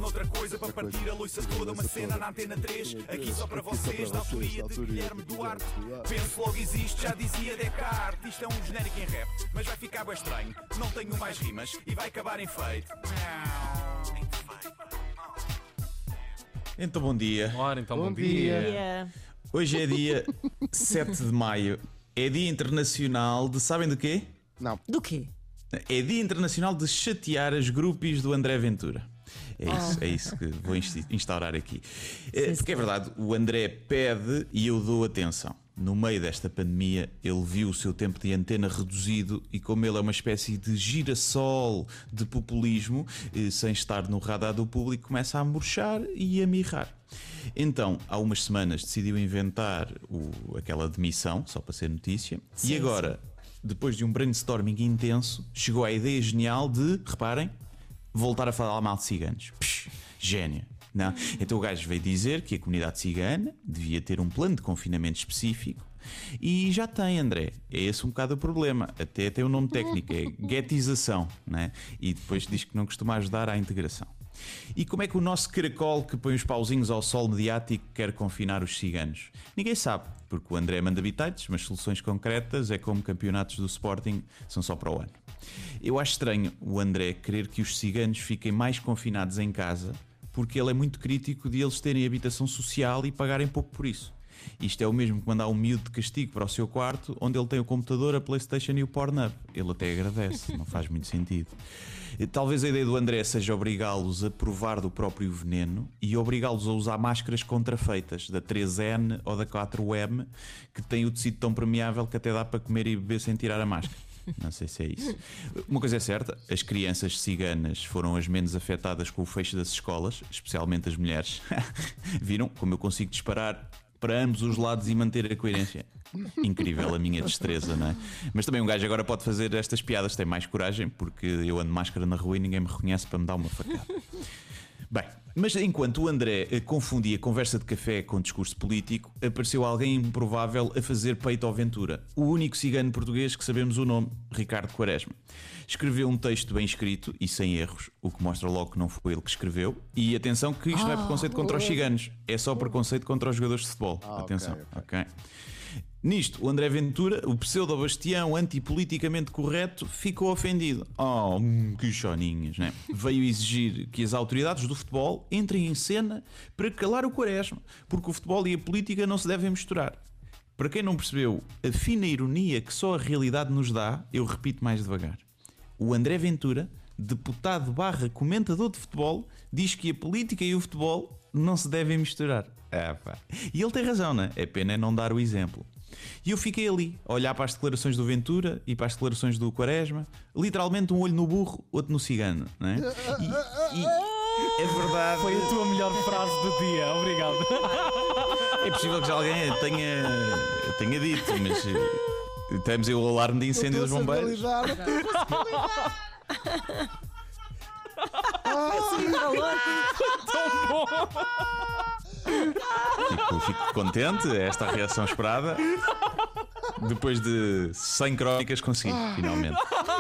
noutra coisa para partir a louça toda. Uma cena na Antena 3, aqui só para vocês, da autoria de Guilherme Duarte. Penso logo existe, já dizia Descartes. Isto é um genérico em rap, mas vai ficar bem estranho. Não tenho mais rimas e vai acabar em feito. Então bom dia. Ora, então bom dia. Hoje é dia 7 de maio. É dia internacional de... Sabem do quê? Não. Do quê? É dia internacional de chatear as groupies do André Ventura. É isso que vou instaurar aqui. Porque é verdade, o André pede e eu dou atenção. No meio desta pandemia, ele viu o seu tempo de antena reduzido e, como ele é uma espécie de girassol de populismo, sem estar no radar do público, começa a murchar e a mirrar. Então, há umas semanas, decidiu inventar aquela demissão, só para ser notícia, e agora, depois de um brainstorming intenso, chegou à ideia genial de, reparem, voltar a falar mal de ciganos. Gênio. Não? Então o gajo veio dizer que a comunidade cigana devia ter um plano de confinamento específico e já tem, André. É esse um bocado o problema. Até tem um nome técnico, é guetização, né? E depois diz que não costuma ajudar à integração. E como é que o nosso caracol que põe os pauzinhos ao sol mediático quer confinar os ciganos? Ninguém sabe, porque o André manda bitites, mas soluções concretas é como campeonatos do Sporting, são só para o ano. Eu acho estranho o André querer que os ciganos fiquem mais confinados em casa, porque ele é muito crítico de eles terem habitação social e pagarem pouco por isso. Isto é o mesmo que mandar um miúdo de castigo para o seu quarto, onde ele tem o computador, a PlayStation e o Pornhub. Ele até agradece, não faz muito sentido. Talvez a ideia do André seja obrigá-los a provar do próprio veneno e obrigá-los a usar máscaras contrafeitas, da 3N ou da 4M, que têm o tecido tão permeável que até dá para comer e beber sem tirar a máscara. Não sei se é isso. Uma coisa é certa, as crianças ciganas foram as menos afetadas com o fecho das escolas, especialmente as mulheres. Viram como eu consigo disparar para ambos os lados e manter a coerência? Incrível a minha destreza, não é? Mas também um gajo agora pode fazer estas piadas, tem mais coragem, porque eu ando de máscara na rua e ninguém me reconhece para me dar uma facada. Bem, mas enquanto o André confundia conversa de café com discurso político, apareceu alguém improvável a fazer peito ao Ventura. O único cigano português que sabemos o nome, Ricardo Quaresma. Escreveu um texto bem escrito e sem erros, o que mostra logo que não foi ele que escreveu. E atenção que isto não é preconceito contra os ciganos, é só preconceito contra os jogadores de futebol. Atenção, ok. Nisto, o André Ventura, o pseudo-bastião antipoliticamente correto, ficou ofendido. Que choninhas, né? Veio exigir que as autoridades do futebol entrem em cena para calar o Quaresma, porque o futebol e a política não se devem misturar. Para quem não percebeu a fina ironia que só a realidade nos dá, eu repito mais devagar. O André Ventura, deputado / comentador de futebol, diz que a política e o futebol não se devem misturar. E ele tem razão, né? É pena não dar o exemplo. E eu fiquei ali, a olhar para as declarações do Ventura e para as declarações do Quaresma, literalmente um olho no burro, outro no cigano, não é? E é verdade. Foi a tua melhor frase do dia, obrigado. É possível que já alguém tenha dito, mas temos aí o alarme de incêndio dos bombeiros. Tão bom. Fico contente, esta a reação esperada. Depois de 100 crónicas consegui, finalmente.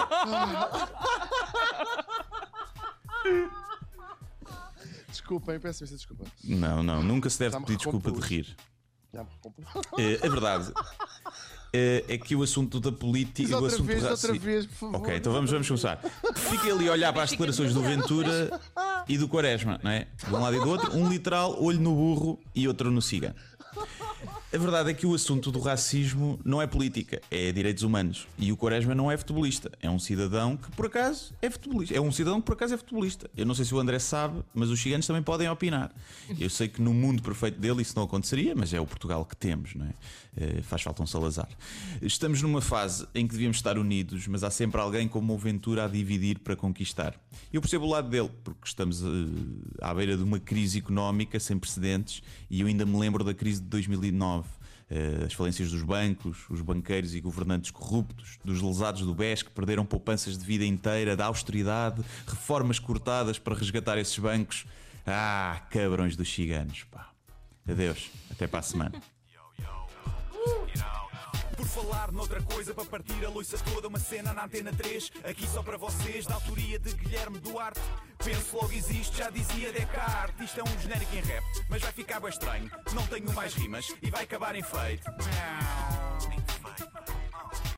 Desculpem, peço desculpa. Não, nunca se deve pedir desculpa de rir. A verdade é que o assunto da política. Outra vez, por favor. Ok, então vamos começar. Fiquei ali a olhar para as declarações do Ventura e do Quaresma, não é? De um lado e do outro, um literal olho no burro e outro no cigano. A verdade é que o assunto do racismo não é política, é direitos humanos. E o Quaresma não é futebolista. É um cidadão que por acaso é futebolista. Eu não sei se o André sabe, mas os ciganos também podem opinar. Eu sei que no mundo perfeito dele isso não aconteceria, mas é o Portugal que temos, não é? Faz falta um Salazar. Estamos numa fase em que devíamos estar unidos, mas há sempre alguém como o Ventura a dividir para conquistar. Eu percebo o lado dele, porque estamos à beira de uma crise económica sem precedentes e eu ainda me lembro da crise de 2009. As falências dos bancos, os banqueiros e governantes corruptos, dos lesados do BES que perderam poupanças de vida inteira, da austeridade, reformas cortadas para resgatar esses bancos. Cabrões dos ciganos, pá. Adeus, até para a semana. Por falar noutra coisa para partir a louça toda. Uma cena na Antena 3, aqui só para vocês, da autoria de Guilherme Duarte. Penso logo existe, já dizia Descartes. Isto é um genérico em rap, mas vai ficar bem estranho. Não tenho mais rimas e vai acabar em feito.